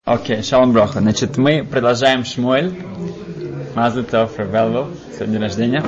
Окей, шалом броха. Значит, мы продолжаем Шмуэль. Мазл тов Ревелву. Сегодня день рождения.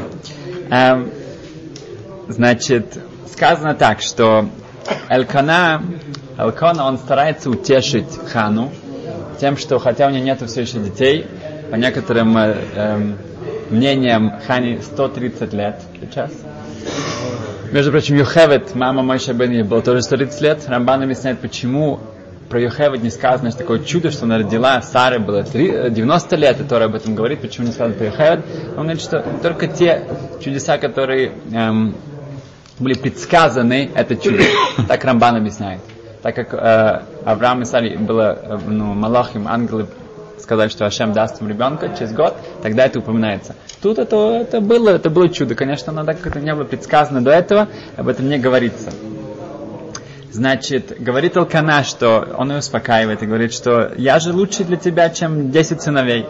Значит, сказано так, что Элкана, он старается утешить Хану тем, что хотя у нее нет все еще детей, по некоторым мнениям Хане 130 лет сейчас. Между прочим, Йохевед, мама Моше Бен, было тоже 130 лет. Рамбан объясняет, почему про Йохевед не сказано, что такое чудо, что она родила, Саре было 90 лет, и Тора об этом говорит, почему не сказано про Йохевед. Он говорит, что только те чудеса, которые были предсказаны, это чудо. Так Рамбан объясняет. Так как Авраам и Саре было, Малахим, ангелы сказали, что Ашем даст им ребенка через год, тогда это упоминается. Тут это было чудо. Конечно, оно так как это не было предсказано до этого, об этом не говорится. Значит, говорит Элкана, что он ее успокаивает и говорит, что я же лучше для тебя, чем 10 сыновей.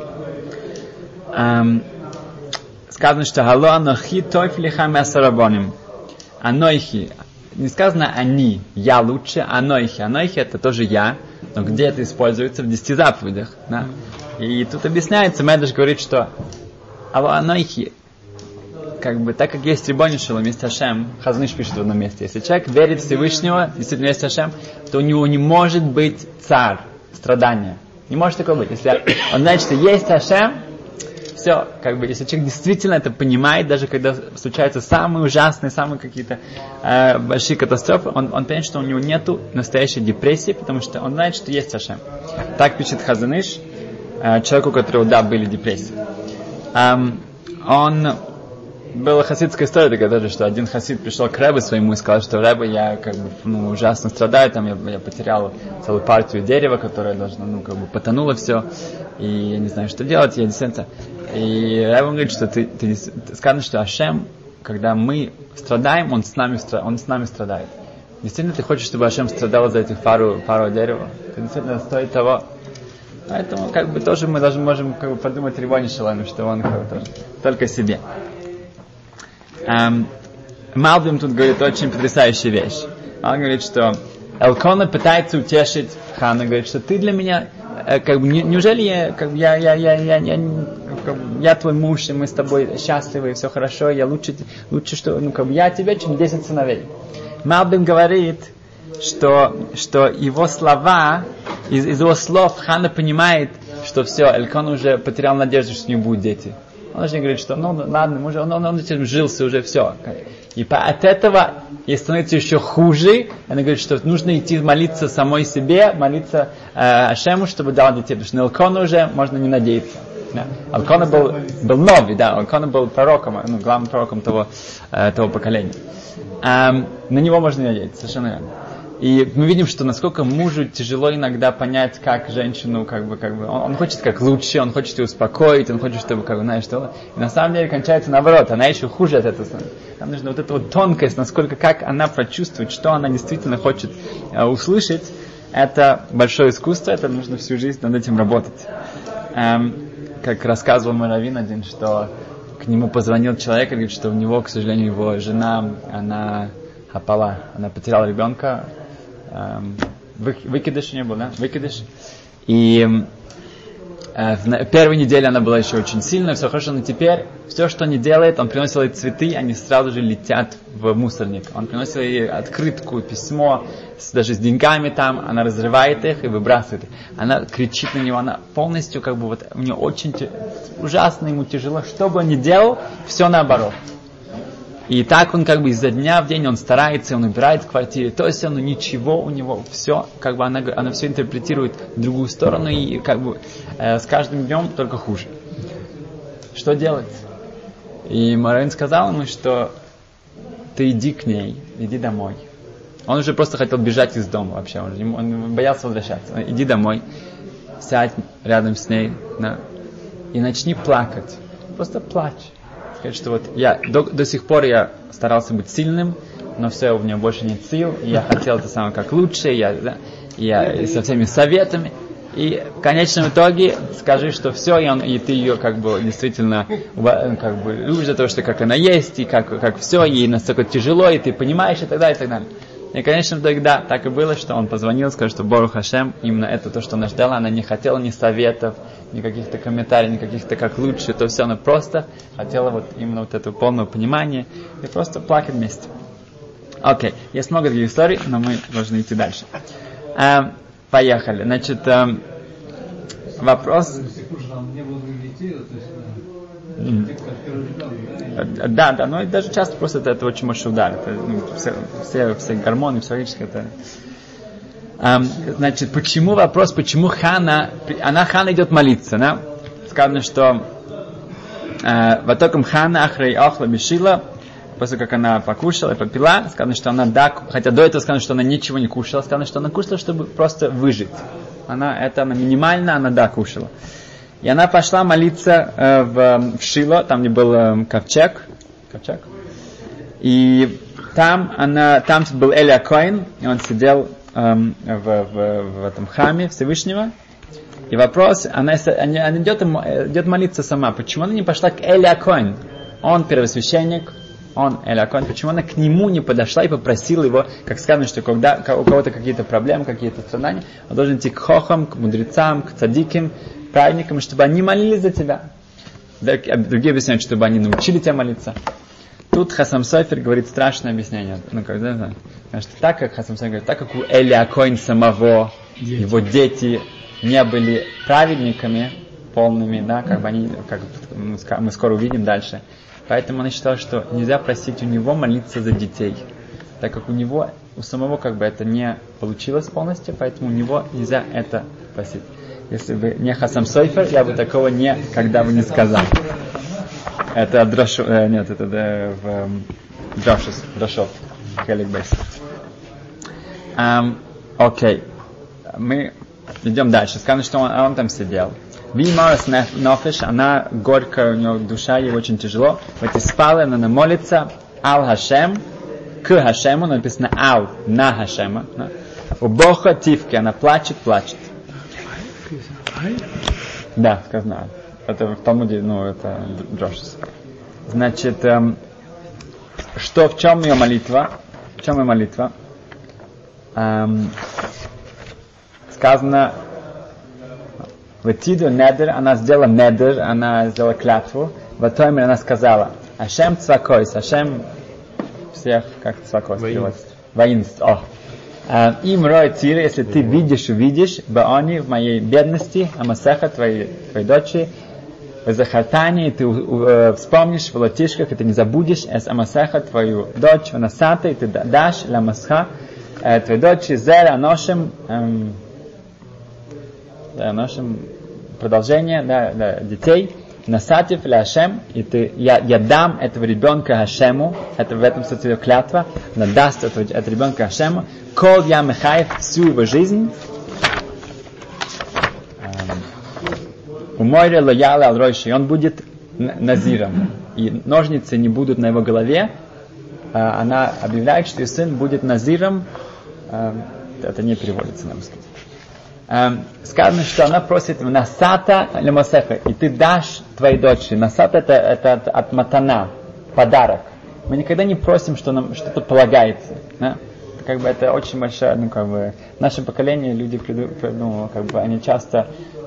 Сказано, что «Хало анохи тойфлиха мясарабоним». Анохи. Не сказано «они», «я лучше», «анохи». «Анохи» это тоже «я», но где это используется? В 10 заповедях. Да? И тут объясняется, Медраш говорит, что «Ало анохи». Как бы, так как есть Рибони Шелом, есть Ашем, Хазаныш пишет в одном месте, если человек верит в Всевышнего, действительно есть Ашем, то у него не может быть царь, страдания. Не может такого быть. Если он знает, что есть Ашем, все, как бы, если человек действительно это понимает, даже когда случаются самые ужасные, самые какие-то большие катастрофы, он понимает, что у него нету настоящей депрессии, потому что он знает, что есть Ашем. Так пишет Хазаныш, человеку, у которого, да, были депрессии. Была хасидская история такая тоже, что один хасид пришел к Ребе своему и сказал, что Ребе, я как бы ужасно страдаю, там я потерял целую партию дерева, которая должна, потонуло все, и я не знаю, что делать, я действительно. И Ребе говорит, что ты сказано, что Ашем, когда мы страдаем, он с нами страдает. Действительно, ты хочешь, чтобы Ашем страдал за этих пару дерева? Это действительно стоит того. Поэтому как бы тоже мы даже можем как бы подумать Рибони Шелому, что он как бы тоже только себе. Малбим тут говорит очень потрясающую вещь. Он говорит, что Элкона пытается утешить Хана, говорит, что ты для меня, как бы, неужели я твой муж, и мы с тобой счастливы, и все хорошо, я лучше что, я тебе, чем 10 сыновей. Малбим говорит, что его слова, из его слов Хана понимает, что все, Элкона уже потерял надежду, что у него будут дети. Он уже говорит, что ладно, он этим жился, уже все. И от этого ей становится еще хуже. Она говорит, что нужно идти молиться самой себе, молиться Ашему, чтобы дал детей. Потому что на Элкона уже можно не надеяться. Да. Элкона был новый, да, Элкона был пророком, главным пророком того поколения. На него можно не надеяться, совершенно верно. И мы видим, что насколько мужу тяжело иногда понять, как женщину, он хочет как лучше, он хочет ее успокоить, он хочет, чтобы, что. И на самом деле кончается наоборот, она еще хуже от этого. Нам нужна вот эта вот тонкость, насколько, как она прочувствует, что она действительно хочет услышать. Это большое искусство, это нужно всю жизнь над этим работать. Как рассказывал мой раввин один, что к нему позвонил человек и говорит, что у него, к сожалению, его жена, она потеряла ребенка. Выкидыш не был, да? Выкидыш. И в первой неделе она была еще очень сильная, все хорошо, но теперь все, что он делает, он приносит ей цветы, они сразу же летят в мусорник. Он приносит ей открытку, письмо, даже с деньгами там, она разрывает их и выбрасывает их. Она кричит на него, она полностью, у нее очень ужасно, ему тяжело, что бы он ни делал, все наоборот. И так он изо дня в день он старается, он убирает в квартире, то есть ничего у него, все, она все интерпретирует в другую сторону, и с каждым днем только хуже. Что делать? И Марин сказал ему, что ты иди к ней, иди домой. Он уже просто хотел бежать из дома вообще, он боялся возвращаться. Иди домой, сядь рядом с ней, да, и начни плакать. Просто плачь. Сказать, что я до сих пор я старался быть сильным, но все, у меня больше нет сил, и я хотел это самое как лучше, я со всеми советами, и в конечном итоге скажи, что все, и ты ее действительно любишь за то, что как она есть, и как все, ей настолько тяжело, и ты понимаешь, и так далее, и так далее. И, конечно, в итоге, да, так и было, что он позвонил, сказал, что Борух Хашем, именно это то, что она ждала, она не хотела ни советов, ни каких-то комментариев, ни каких-то как лучше, то все, она просто хотела вот именно вот это полное понимание и просто плакать вместе. Окей, есть много других историй, но мы должны идти дальше. Поехали. Значит, вопрос... Да, но даже часто просто это очень мощный удар. Это, все гормоны психологические. Значит, почему Хана идет молиться, да? Сказано, что ватоком Хана ахрей охла бешила, после как она покушала и попила, сказано, что она хотя до этого сказано, что она ничего не кушала, сказано, что она кушала, чтобы просто выжить. Она минимально, она кушала. И она пошла молиться в Шило, там где был ковчег. И там был Эли ха-Коэн, и он сидел в этом храме Всевышнего. И вопрос, она идет молиться сама. Почему она не пошла к Эли ха-Коэн? Он первосвященник, он Эли ха-Коэн. Почему она к нему не подошла и попросила его, как сказано, что когда у кого-то какие-то проблемы, какие-то страдания, он должен идти к хохам, к мудрецам, к цадиким, праведникам, чтобы они молились за тебя. Другие объясняют, чтобы они научили тебя молиться. Тут Хасам Софер говорит страшное объяснение. Так как Хасам Софер говорит, так как у Эли ха-Коэн самого, его дети не были праведниками полными, да, как мы скоро увидим дальше. Поэтому он считал, что нельзя просить у него молиться за детей. Так как у самого это не получилось полностью, поэтому у него нельзя это просить. Если бы не Хасам Софер, я бы такого никогда бы не сказал. Это Дрошов, в Дрошов, Хелик Бейс. Окей. Мы идем дальше. Сказано, что он там сидел. Вимарас Нофеш, она горькая, у него душа, ей очень тяжело. В эти спалы она молится Ал Хашем, к Хашему, написано Ал, на Хашема. У Боха Тивки, она плачет. Да, сказано. Это в Талмуде, это Дрошес. Значит, в чем ее молитва? Сказано, в Тиду недер, она сделала недер, она сделала клятву. В Атоймер она сказала, Ашем цвакойс, Ашем всех, как цвакойс переводится? Воинство. Им рой тиры, если ты увидишь, баони в моей бедности, амасеха твоей дочери, в захартании ты вспомнишь в латишках, и ты не забудешь, эс амасеха твою дочь, в насата, и ты дашь ламасха твоей дочери, зера ношем продолжение детей, насатив ля Хашем, и я дам этого ребенка Хашему, это в этом состоит клятва, она даст этого ребенка Хашему, кол я мехаев всю его жизнь, у мойре лояла алройши, и он будет назиром, и ножницы не будут на его голове, она объявляет, что ее сын будет назиром, это не переводится на русский. Сказано, что она просит насата лемосеха, и ты дашь твоей дочери. Насата это от матана, подарок. Мы никогда не просим, что нам что-то полагается. Да? Это очень большое, наше поколение, люди, они часто,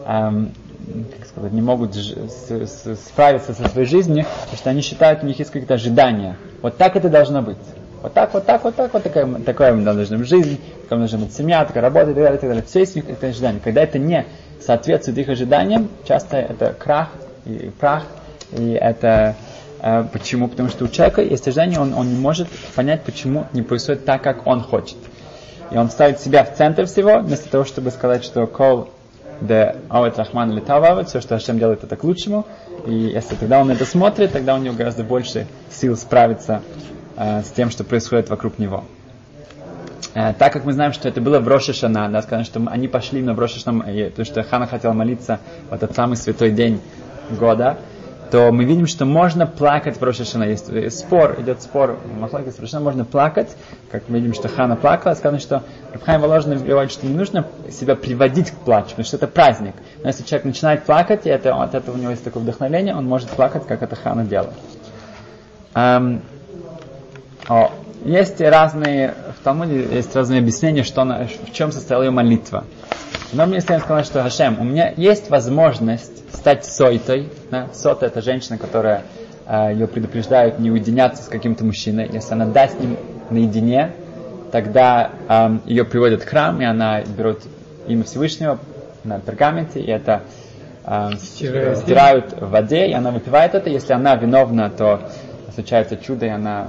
не могут справиться со своей жизнью, потому что они считают, у них есть какие-то ожидания. Вот так это должно быть. Вот такая должна быть жизнь, такая должна быть семья, такая работа и так далее. Все есть это ожидания. Когда это не соответствует их ожиданиям, часто это крах и прах. И это почему? Потому что у человека есть ожидание, он не может понять, почему не происходит так, как он хочет. И он ставит себя в центр всего, вместо того, чтобы сказать, что кол де авет рахман летававет, все, что Хашем делает, это к лучшему. И если тогда он это смотрит, тогда у него гораздо больше сил справиться с тем, что происходит вокруг него. Так как мы знаем, что это было в Рош ха-Шана, да, сказано, что они пошли именно в Рош ха-Шана, потому что Хана хотела молиться в этот самый святой день года, то мы видим, что можно плакать в Рош ха-Шана. Есть спор, идет спор в Махлоке с Рош ха-Шана, можно плакать, как мы видим, что Хана плакала. Сказано, что Рав Хаим Воложный говорит, что не нужно себя приводить к плачу, потому что это праздник. Но если человек начинает плакать, и от этого у него есть такое вдохновение, он может плакать, как это Хана делает. Есть разные Талмуде есть разные объяснения, в чем состояла ее молитва. Но мне сказано, что Хашем, у меня есть возможность стать сойтой. Да? Сота — это женщина, которая ее предупреждают не уединяться с каким-то мужчиной. Если она даст с ним наедине, тогда ее приводят в храм, и она берет имя Всевышнего на пергаменте, и это стирают в воде, и она выпивает это. Если она виновна, то случается чудо, и она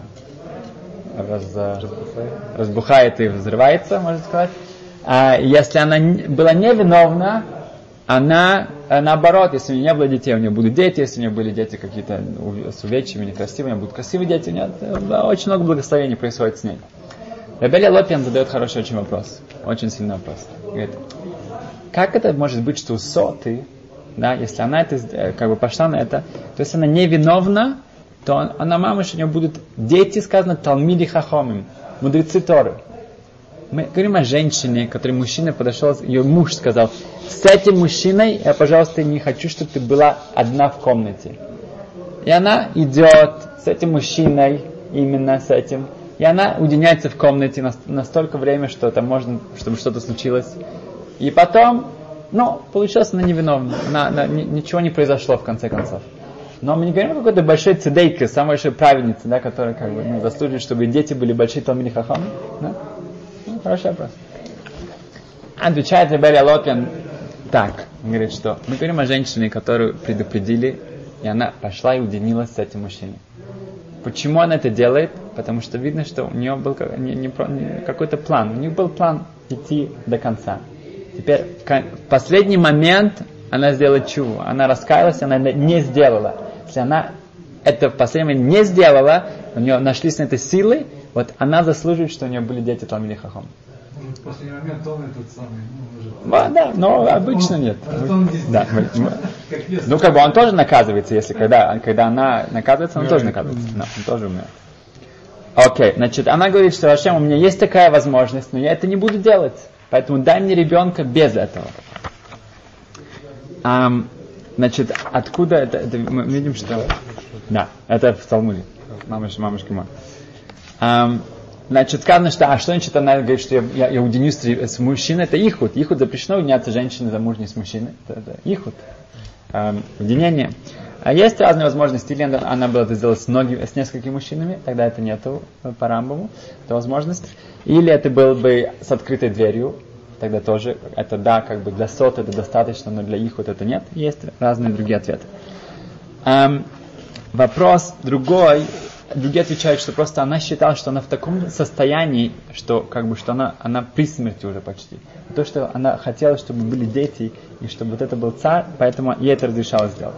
разбухает и взрывается, можно сказать. А если она была невиновна, она, наоборот, если у нее не было детей, у нее будут дети, если у нее были дети какие-то с увечьями, некрасивые, у нее будут красивые дети, у нее очень много благословений происходит с ней. Рабелия Лопиан задает хороший очень вопрос, очень сильный вопрос. Говорит, как это может быть, что у соты, да, если она это, как бы пошла на это, то если она невиновна, то она мама, что у нее будут дети, сказано, Талмиди Хахомим, мудрецы Торы. Мы говорим о женщине, которой мужчина подошел, ее муж сказал, с этим мужчиной я, пожалуйста, не хочу, чтобы ты была одна в комнате. И она идет с этим мужчиной, именно с этим, и она уединяется в комнате настолько время, что там можно, чтобы что-то случилось. И потом, получилось, она невиновна, ничего не произошло в конце концов. Но мы не говорим о какой-то большой цедейке, самой большой праведнице, да, которая как бы заслуживает, чтобы дети были большие Талмиди Хахамим. Да? Хороший вопрос. Отвечает Рабелия Лопиан так. Он говорит, что мы говорим о женщине, которую предупредили, и она пошла и уединилась с этим мужчиной. Почему она это делает? Потому что видно, что у нее был какой-то план. У нее был план идти до конца. Теперь в последний момент она сделала чуву. Она раскаялась, она не сделала. Если она это в последний момент не сделала, у нее нашлись на это силы, вот она заслуживает, что у нее были дети Талмиди Хахом. В последний момент он этот самый. Да, но обычно нет. Да, как бы он тоже наказывается, если когда она наказывается, он тоже наказывается. Да, он тоже умеет. Окей, значит, она говорит, что Хашем, у меня есть такая возможность, но я это не буду делать. Поэтому дай мне ребенка без этого. Значит, откуда это мы видим, что... Да, это в Талмуде. Мамушка моя. Значит, сказано, что значит она говорит, что я уединюсь с мужчиной, это ихуд. Ихуд запрещено уединяться женщиной замужней с мужчиной. Это ихуд. Уединение. А есть разные возможности. Или она была это сделать с несколькими мужчинами, тогда это нету по Рамбаму, это возможность. Или это было бы с открытой дверью, тогда тоже, это да, как бы для сот это достаточно, но для ихуд это нет. Есть разные другие ответы. Вопрос другой. Другие отвечают, что просто она считала, что она в таком состоянии, что как бы что она при смерти уже почти. То, что она хотела, чтобы были дети, и чтобы вот это был царь, поэтому ей это разрешалось сделать.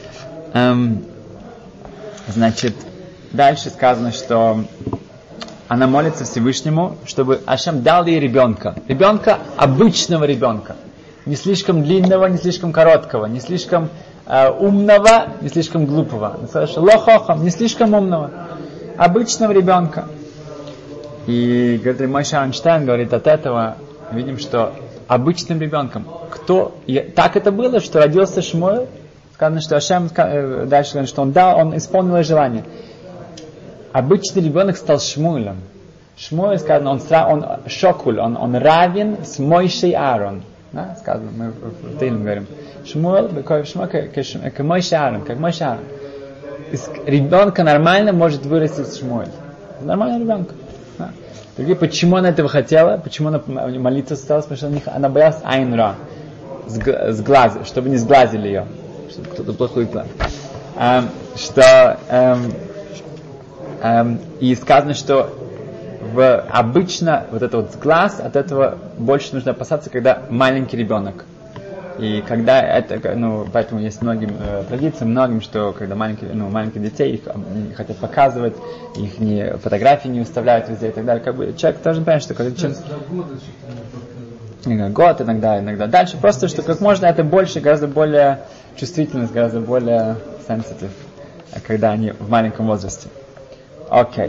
Значит, дальше сказано, что она молится Всевышнему, чтобы Ашем дал ей ребенка. Ребенка, обычного ребенка. Не слишком длинного, не слишком короткого, не слишком умного, не слишком глупого. Лохохам, не слишком умного. Обычного ребенка. И говорит, Моше Эйнштейн говорит, от этого видим, что обычным ребенком. Так это было, что родился Шмуэль. Сказано, что Ашем, дальше говорит, что он исполнил желание. Обычный ребенок стал Шмуэлем. Шмуэль, сказано, он шокуль, он равен с Мойшей Аарон. Да, сказано, мы в Тейлем говорим. Шмуэль, как Мойше Аарон, как Мойше Аарон. Из ребенка нормально может вырасти Шмуэль. Нормальный ребенок. Да. Другие, почему она этого хотела, почему она молиться стала, потому что она боялась Айн-Ра, с глаза, чтобы не сглазили ее, чтобы кто-то плохой план. И сказано, что обычно вот это вот глаз, от этого больше нужно опасаться, когда маленький ребенок. И когда это, поэтому есть многим традициям, многим, что когда маленьких детей, их хотят показывать, их фотографии не выставляют везде и так далее. Как бы человек должен понять, что когда год, иногда дальше, просто что как можно это больше, гораздо более чувствительность, гораздо более sensitive, когда они в маленьком возрасте. Окей.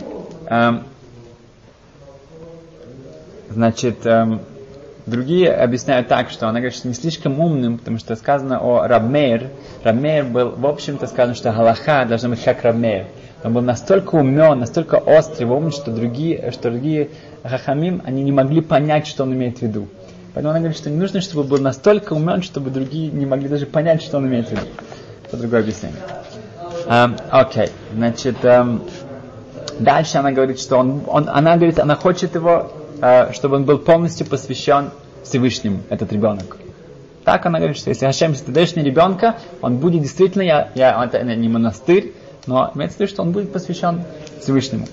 Значит, другие объясняют так, что она говорит, что не слишком умным, потому что сказано о Раб Меир. Раб Меир был, в общем-то, сказано, что галаха должна быть как Раб Меир. Он был настолько умен, настолько острый, умный, что другие хахамим, они не могли понять, что он имеет в виду. Поэтому она говорит, что не нужно, чтобы был настолько умен, чтобы другие не могли даже понять, что он имеет в виду. Это другое объяснение. Окей, значит, дальше она говорит, что она хочет его, чтобы он был полностью посвящен Всевышнему, этот ребенок. Так она говорит, что если Хашем, если ты даешь мне ребенка, он будет действительно, это не монастырь, но имеется в виду, что он будет посвящен Всевышнему.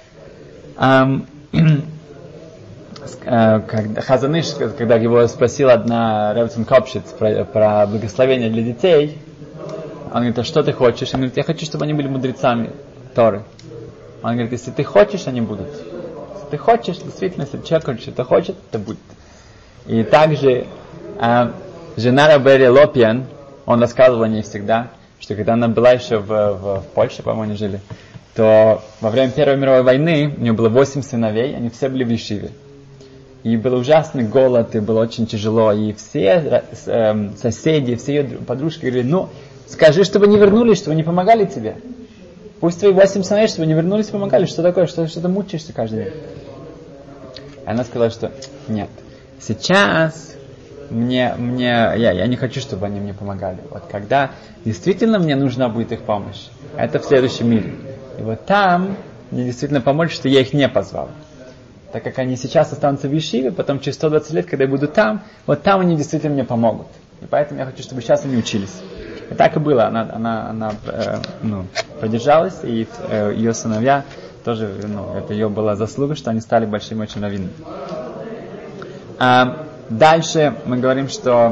Хазаныш, когда его спросила одна Ревцин Копшиц про благословение для детей, он говорит, а что ты хочешь? Он говорит, я хочу, чтобы они были мудрецами Торы. Он говорит, если ты хочешь, они будут. Если ты хочешь, действительно, если человек что-то хочет, это будет. И также жена Рабери Лопьян, он рассказывал о ней всегда, что когда она была еще в Польше, по-моему, они жили, то во время Первой мировой войны у нее было 8 сыновей, они все были в Ешиве. И был ужасный голод, и было очень тяжело. И все соседи, все ее подружки говорили, скажи, чтобы не вернулись, чтобы не помогали тебе. Пусть твои 8 сыновей, чтобы не вернулись, помогали. Что такое? Что ты мучаешься каждый день? И она сказала, что нет. Сейчас я не хочу, чтобы они мне помогали. Вот когда действительно мне нужна будет их помощь, это в следующем мире. И вот там мне действительно помочь, что я их не позвал. Так как они сейчас останутся в Ешиве, потом через 120 лет, когда я буду там, вот там они действительно мне помогут. И поэтому я хочу, чтобы сейчас они учились. И так и было. Она поддержалась, и ее сыновья тоже, это ее была заслуга, что они стали большими очень раввинами. Дальше мы говорим, что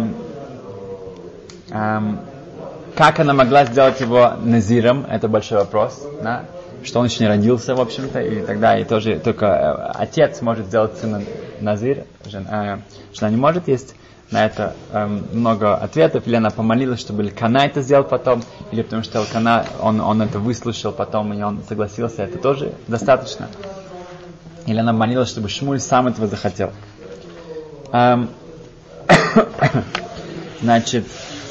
как она могла сделать его назиром, это большой вопрос, да? Что он еще не родился, в общем-то, и тогда и тоже только отец может сделать сына назир, жена не может. Есть на это много ответов, или она помолилась, чтобы Элькана это сделал потом, или потому что Элькана, он это выслушал потом, и он согласился, это тоже достаточно. Или она молилась, чтобы Шмуль сам этого захотел. Значит,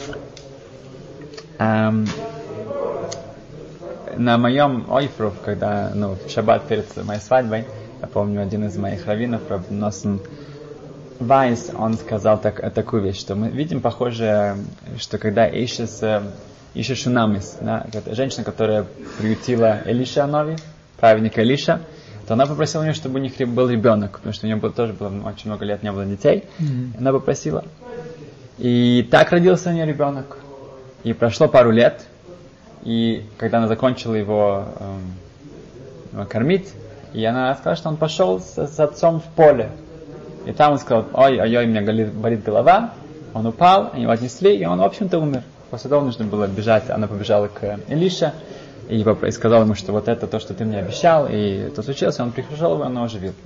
на моем ойфру, когда, в шаббат перед моей свадьбой, я помню, один из моих раввинов, Рав Носен Вайс, он сказал такую вещь, что мы видим, похоже, что когда Иша Шунамис, да, женщина, которая приютила Элиша Анови, праведника Элиша, то она попросила у нее, чтобы у них был ребенок, потому что у нее тоже было очень много лет, не было детей. Она попросила. И так родился у нее ребенок. И прошло пару лет, и когда она закончила его кормить, и она сказала, что он пошел с отцом в поле. И там он сказал, ой, у меня болит голова. Он упал, они его отнесли, и он, в общем-то, умер. После того нужно было бежать, она побежала к Элише, и сказала ему, что вот это то, что ты мне обещал, и это случилось, он пришел, и он его оживил.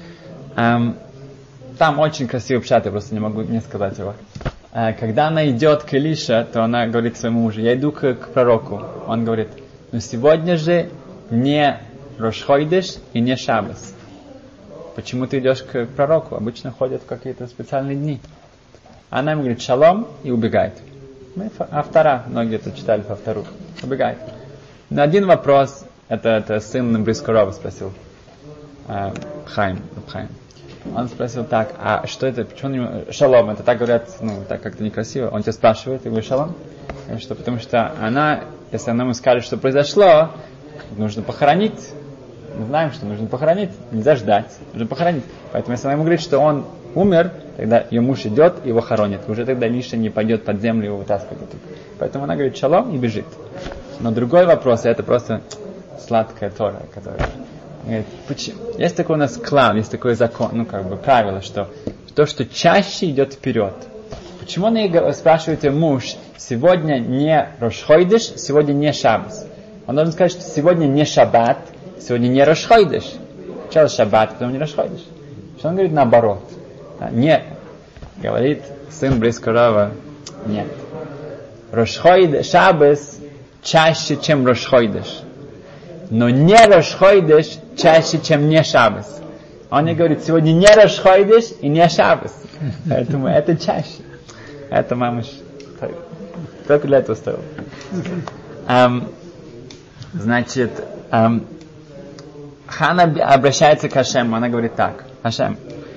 Там очень красивый пшат, я просто не могу не сказать его. Когда она идет к Элише, то она говорит своему мужу, я иду к пророку. Он говорит, сегодня же не Рош Хойдеш и не Шаббас. Почему ты идешь к пророку? Обычно ходят в какие-то специальные дни. Она ему говорит, шалом, и убегает. Автора, многие это читали по втору, убегает. На один вопрос, это сын Брискорова спросил, Хайм. Он спросил так, а что это, почему шалом, это так говорят, так как-то некрасиво. Он тебя спрашивает, и говорит, шалом? Что, потому что если она ему скажет, что произошло, нужно похоронить. Мы знаем, что нужно похоронить, нельзя ждать, нужно похоронить. Поэтому если она ему говорит, что он умер, тогда ее муж идет, его хоронит. Уже тогда Лиша не пойдет под землю его вытаскивать. Поэтому она говорит шалом и бежит. Но другой вопрос, это просто сладкая Тора, которая говорит, есть такой у нас клав, есть такой закон, правило, что то, что чаще идет вперед. Почему он спрашивает ее муж, сегодня не Рош Хойдеш, сегодня не Шаббас? Он должен сказать, что сегодня не Шаббат, сегодня не Рош Хойдеш. Сначала Шаббат, потом не Рош Хойдеш. Что он говорит наоборот? Нет. Говорит сын Брискорова, нет. Рош Хойдеш, Шаббас чаще, чем Рош Хойдеш. Но не Рош Хойдеш чаще, чем не Шаббас. Он не говорит, сегодня не Рош Хойдеш и не Шаббас. Поэтому это чаще. Это мамыш. Только для этого стоило. Значит, Хана обращается к Хашему, она говорит так: Хашем.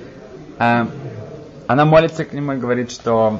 Она молится к нему и говорит, что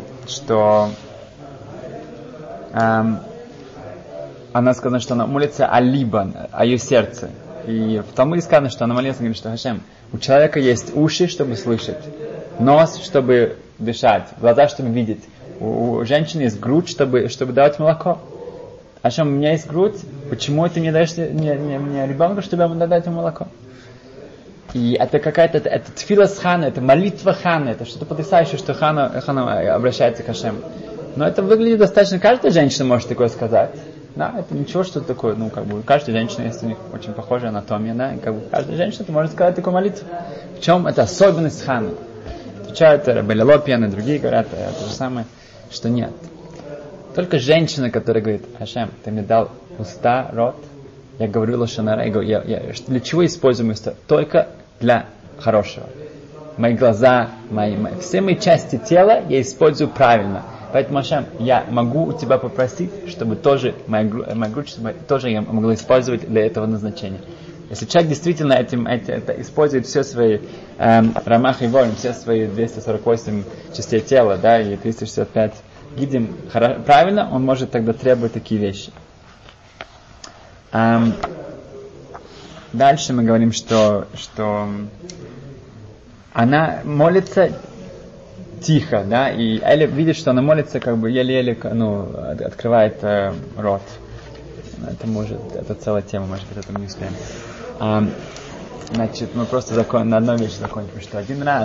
она сказала, что она молится о Либан, о ее сердце. И в Талмуде сказано, что она молится и говорит, что Хашем, у человека есть уши, чтобы слышать, нос, чтобы дышать, глаза, чтобы видеть. У женщины есть грудь, чтобы давать молоко. Хашем, у меня есть грудь, почему ты не даешь мне ребенка, чтобы я дать ему молоко? И это какая-то, это тфилас Хана, это молитва Хана, это что-то потрясающее, что Хана обращается к Хашему. Но это выглядит достаточно, каждая женщина может такое сказать. Да, это ничего, что такое, у каждой женщины есть у них очень похожая анатомия, да, и каждая женщина может сказать такую молитву. В чем это особенность Ханы? Отвечают Рабби Лопьян и другие говорят то же самое, что нет. Только женщина, которая говорит: Хашем, ты мне дал уста, рот, я говорю лошонара, для чего используем уста? Только для хорошего. Мои глаза, все мои части тела я использую правильно. Поэтому, Хашем, я могу у тебя попросить, чтобы тоже моя грудь, чтобы тоже я могла использовать для этого назначения. Если человек действительно это использует все свои рамах и ворим, все свои 248 частей тела, да, и 365 гидим правильно, он может тогда требовать такие вещи. Дальше мы говорим, что она молится тихо, да, и Эля видит, что она молится, еле-еле, открывает рот. Это целая тема, может быть, это мы не успеем. Значит, мы просто на одной вещи закончим, что один раз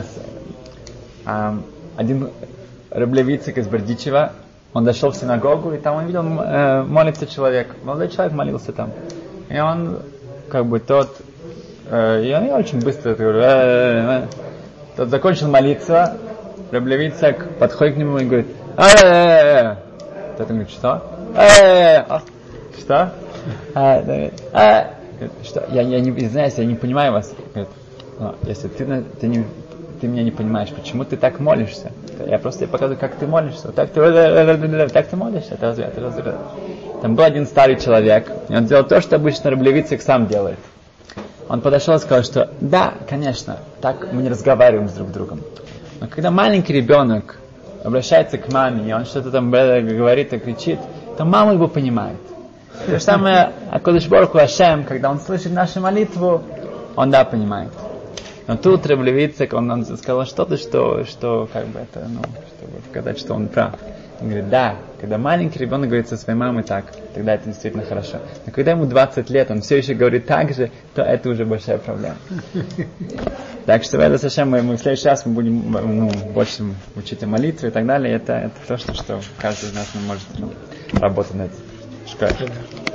один Раблевицик из Бердичева, он дошел в синагогу, и там он видел, молится человек, молодой человек молился там. И он, и он очень быстро, тот закончил молиться, Раблевицик подходит к нему и говорит: Тот говорит: что? Что? Что? Я не знаю, я не понимаю вас. Говорит: если ты меня не понимаешь, почему ты так молишься? Я просто тебе показываю, как ты молишься. Так ты молишься. Это Там был один старый человек, и он делал то, что обычно Раблевицик сам делает. Он подошел и сказал, что да, конечно, так мы не разговариваем с друг другом. Но когда маленький ребенок обращается к маме, и он что-то там говорит и кричит, то мама его понимает. То же самое Акодеш Борух Ху Ашем, когда он слышит нашу молитву, он понимает. Но тут Раблевицик, он сказал что-то, что чтобы показать, что он прав. Он говорит: да, когда маленький ребенок говорит со своей мамой так, тогда это действительно хорошо. Но когда ему 20 лет, он все еще говорит так же, то это уже большая проблема. Так что это совсем мы в следующий раз мы будем больше учить о молитве и так далее. Это то, что каждый из нас может работать над этим.